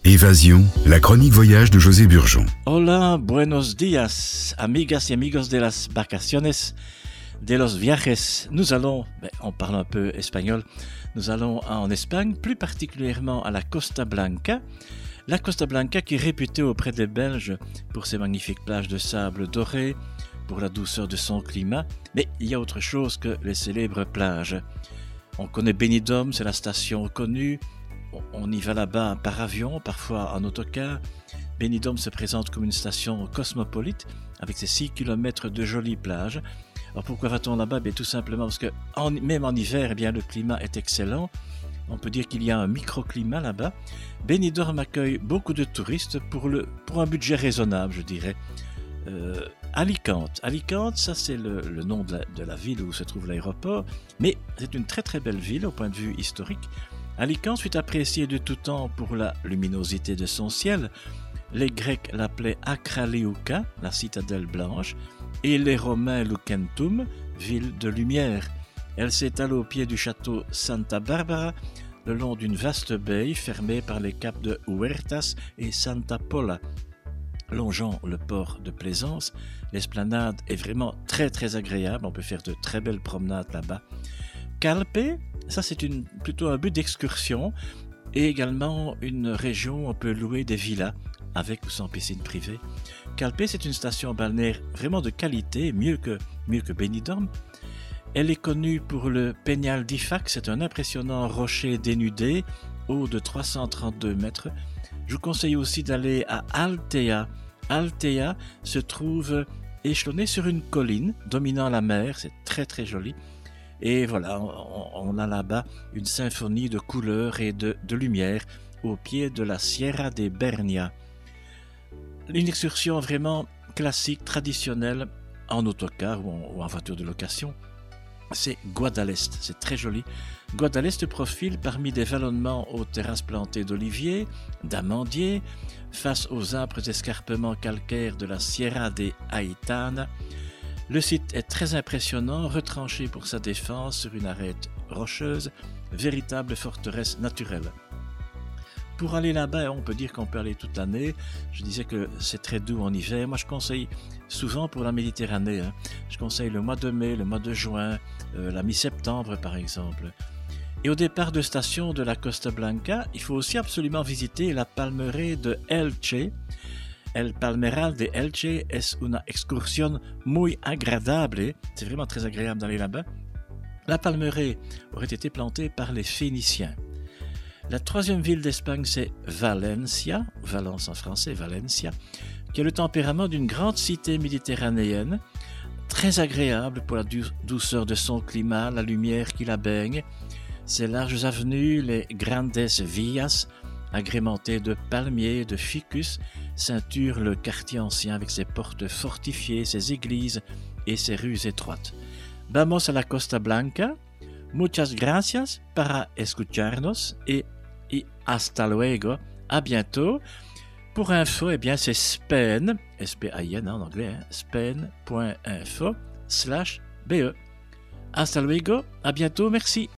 Évasion, la chronique voyage de José Burgeon. Hola, buenos días, amigas y amigos de las vacaciones, de los viajes. Nous allons, on parle un peu espagnol, nous allons en Espagne, plus particulièrement à la Costa Blanca. La Costa Blanca qui est réputée auprès des Belges pour ses magnifiques plages de sable doré, pour la douceur de son climat, mais il y a autre chose que les célèbres plages. On connaît Benidorm, c'est la station connue. On y va là-bas par avion, parfois en autocar. Benidorm se présente comme une station cosmopolite avec ses 6 km de jolies plages. Alors pourquoi va-t-on là-bas? Tout simplement parce que même en hiver, le climat est excellent. On peut dire qu'il y a un microclimat là-bas. Benidorm accueille beaucoup de touristes pour un budget raisonnable, je dirais. Alicante, ça c'est le nom de la ville où se trouve l'aéroport, mais c'est une très très belle ville au point de vue historique. Alicante fut appréciée de tout temps pour la luminosité de son ciel. Les Grecs l'appelaient Acraliouka, la citadelle blanche, et les Romains Lucentum, ville de lumière. Elle s'étale au pied du château Santa Barbara, le long d'une vaste baie fermée par les caps de Huertas et Santa Pola. Longeant le port de Plaisance, l'esplanade est vraiment très très agréable, on peut faire de très belles promenades là-bas. Calpe, ça c'est plutôt un but d'excursion et également une région où on peut louer des villas avec ou sans piscine privée. Calpe, c'est une station balnéaire vraiment de qualité, mieux que Benidorm. Elle est connue pour le Peñal d'Ifac, c'est un impressionnant rocher dénudé, haut de 332 mètres. Je vous conseille aussi d'aller à Altea. Altea se trouve échelonné sur une colline dominant la mer, c'est très très joli. Et voilà, on a là-bas une symphonie de couleurs et de lumière au pied de la Sierra de Bernia. Une excursion vraiment classique, traditionnelle, en autocar ou en voiture de location. C'est Guadalest, c'est très joli. Guadalest profile parmi des vallonnements aux terrasses plantées d'oliviers, d'amandiers, face aux âpres escarpements calcaires de la Sierra de Aitana. Le site est très impressionnant, retranché pour sa défense sur une arête rocheuse, véritable forteresse naturelle. Pour aller là-bas, on peut dire qu'on peut aller toute l'année. Je disais que c'est très doux en hiver. Moi, je conseille souvent pour la Méditerranée. Je conseille le mois de mai, le mois de juin, la mi-septembre par exemple. Et au départ de station de la Costa Blanca, il faut aussi absolument visiter la palmeraie de Elche. El Palmeral de Elche es una excursión muy agradable. C'est vraiment très agréable d'aller là-bas. La palmeraie aurait été plantée par les Phéniciens. La troisième ville d'Espagne, c'est Valencia, Valence en français, Valencia, qui a le tempérament d'une grande cité méditerranéenne, très agréable pour la douceur de son climat, la lumière qui la baigne, ses larges avenues, les grandes villas, agrémentées de palmiers, de ficus, ceinturent le quartier ancien avec ses portes fortifiées, ses églises et ses rues étroites. Vamos a la Costa Blanca. Muchas gracias para escucharnos et hasta luego. À bientôt. Pour info, c'est Spain, S-P-A-I-N en anglais, spain.info/be. Hasta luego, à bientôt, merci.